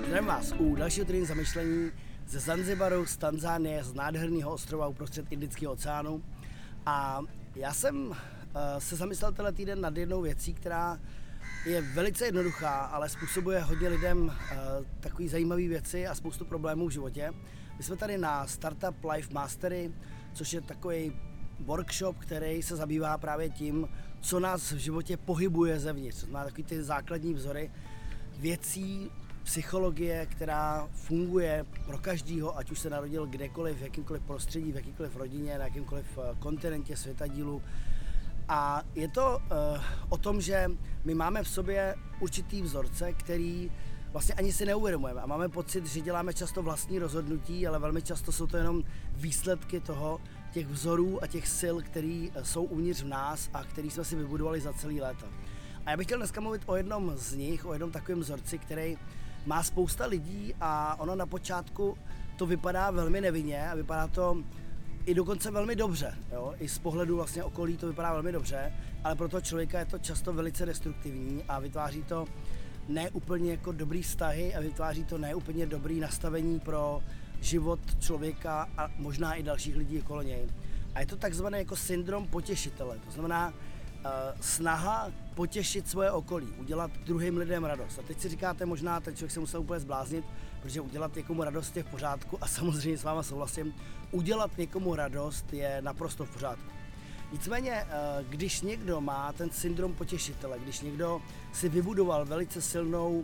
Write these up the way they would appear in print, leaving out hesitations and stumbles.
Zdravím vás u dalšího týdenního zamyšlení ze Zanzibaru, z Tanzánie, z nádherného ostrova uprostřed Indického oceánu. A já jsem se zamyslel tenhle týden nad jednou věcí, která je velice jednoduchá, ale způsobuje hodně lidem takové zajímavé věci a spoustu problémů v životě. My jsme tady na Startup Life Mastery, což je takový workshop, který se zabývá právě tím, co nás v životě pohybuje zevnitř. Má takový ty základní vzory věcí, psychologie, která funguje pro každýho, ať už se narodil kdekoliv, v jakýmkoliv prostředí, v jakýmkoliv rodině, na jakýmkoliv kontinentě, světadílu. A je to o tom, že my máme v sobě určitý vzorce, který vlastně ani si neuvědomujeme a máme pocit, že děláme často vlastní rozhodnutí, ale velmi často jsou to jenom výsledky těch vzorů a těch sil, které jsou uvnitř v nás a který jsme si vybudovali za celý léta. A já bych chtěl dneska mluvit o jednom z nich, o jednom takovém vzorci, který má spousta lidí a ono na počátku to vypadá velmi nevinně a vypadá to i dokonce velmi dobře, jo? I z pohledu vlastně okolí to vypadá velmi dobře, ale pro toho člověka je to často velice destruktivní a vytváří to neúplně jako dobrý vztahy a vytváří to neúplně dobrý nastavení pro život člověka a možná i dalších lidí okolo něj. A je to takzvaný jako syndrom potěšitele, to znamená snaha potěšit svoje okolí, udělat druhým lidem radost. A teď si říkáte, možná ten člověk se musel úplně zbláznit, protože udělat někomu radost je v pořádku a samozřejmě s váma souhlasím, udělat někomu radost je naprosto v pořádku. Nicméně, když někdo má ten syndrom potěšitele, když někdo si vybudoval velice silnou,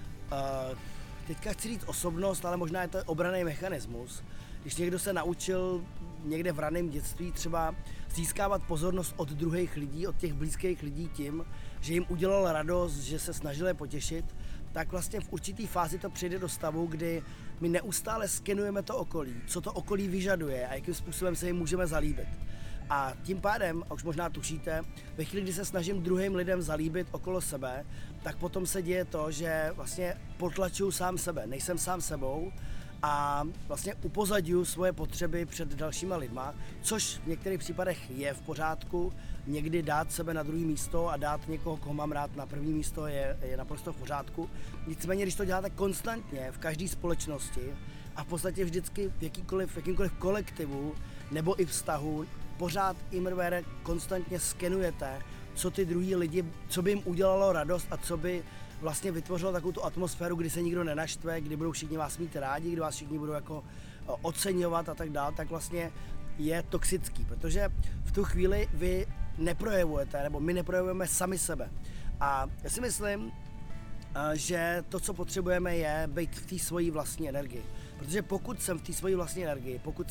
teďka chci říct osobnost, ale možná je to obranný mechanismus, když někdo se naučil někde v raném dětství třeba získávat pozornost od druhých lidí, od těch blízkých lidí tím, že jim udělal radost, že se snažil je potěšit, tak vlastně v určitý fázi to přijde do stavu, kdy my neustále skenujeme to okolí, co to okolí vyžaduje a jakým způsobem se jim můžeme zalíbit. A tím pádem, a už možná tušíte, ve chvíli, kdy se snažím druhým lidem zalíbit okolo sebe, tak potom se děje to, že vlastně potlačuju sám sebe, nejsem sám sebou a vlastně upozadňuji svoje potřeby před dalšíma lidma, což v některých případech je v pořádku. Někdy dát sebe na druhé místo a dát někoho, koho mám rád, na první místo je naprosto v pořádku. Nicméně, když to děláte konstantně v každé společnosti a v podstatě vždycky v jakýmkoliv kolektivu nebo i vztahu, pořád imrvére konstantně skenujete, co ty druhý lidi, co by jim udělalo radost a co by vlastně vytvořilo takovou tu atmosféru, kdy se nikdo nenaštve, kdy budou všichni vás mít rádi, kdy vás všichni budou jako oceňovat a tak dál, tak vlastně je toxický, protože v tu chvíli vy neprojevujete, nebo my neprojevujeme sami sebe. A já si myslím, že to, co potřebujeme, je být v té svojí vlastní energii. Protože pokud jsem v té svojí vlastní energii, pokud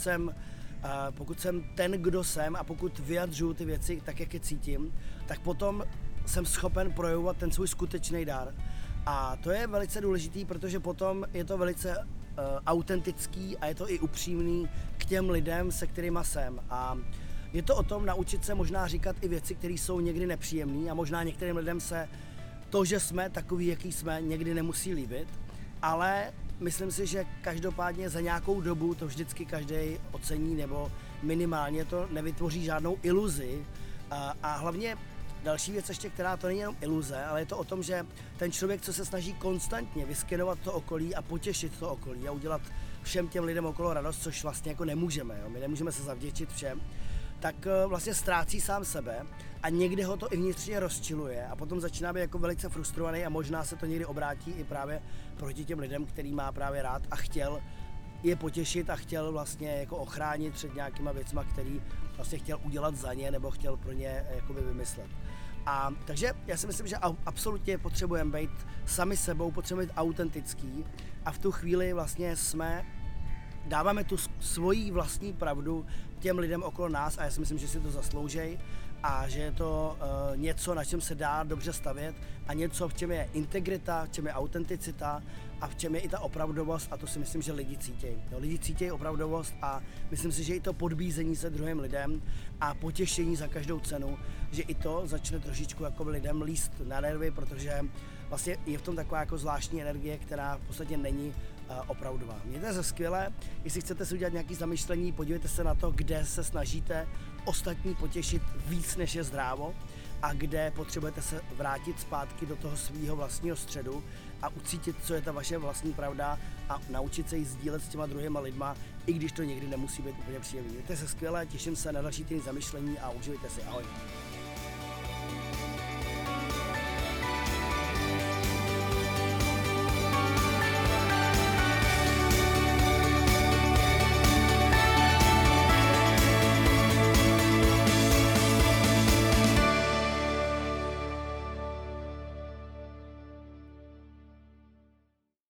jsem ten, kdo jsem a pokud vyjadřuju ty věci tak, jak je cítím, tak potom jsem schopen projevovat ten svůj skutečný dar. A to je velice důležitý, protože potom je to velice autentický a je to i upřímný k těm lidem, se kterými jsem. A je to o tom naučit se možná říkat i věci, které jsou někdy nepříjemné a možná některým lidem se to, že jsme takový, jaký jsme, někdy nemusí líbit, ale myslím si, že každopádně za nějakou dobu to vždycky každý ocení nebo minimálně to nevytvoří žádnou iluzi a hlavně další věc ještě, která to není jenom iluze, ale je to o tom, že ten člověk, co se snaží konstantně vyskenovat to okolí a potěšit to okolí a udělat všem těm lidem okolo radost, což vlastně jako nemůžeme, jo? My nemůžeme se zavděčit všem, tak vlastně ztrácí sám sebe a někde ho to i vnitřně rozčiluje a potom začíná být jako velice frustrovaný a možná se to někdy obrátí i právě proti těm lidem, který má právě rád a chtěl je potěšit a chtěl vlastně jako ochránit před nějakýma věcma, který vlastně chtěl udělat za ně nebo chtěl pro ně jakoby vymyslet. A takže já si myslím, že absolutně potřebujeme být sami sebou, potřebujeme být autentický a v tu chvíli vlastně dáváme tu svoji vlastní pravdu těm lidem okolo nás a já si myslím, že si to zasloužejí a že je to něco, na čem se dá dobře stavět a něco, v čem je integrita, v čem je autenticita a v čem je i ta opravdovost a to si myslím, že lidi cítí. Lidi cítí opravdovost a myslím si, že i to podbízení se druhým lidem a potěšení za každou cenu, že i to začne trošičku jako lidem líst na nervy, protože vlastně je v tom taková jako zvláštní energie, která v podstatě není opravdová. Mějte se skvěle, jestli chcete si udělat nějaké zamyšlení, podívejte se na to, kde se snažíte ostatní potěšit víc, než je zdrávo a kde potřebujete se vrátit zpátky do toho svého vlastního středu a ucítit, co je ta vaše vlastní pravda a naučit se ji sdílet s těma druhýma lidma, i když to někdy nemusí být úplně příjemný. Mějte se skvěle, těším se na další týden zamyšlení a užijte si. Ahoj.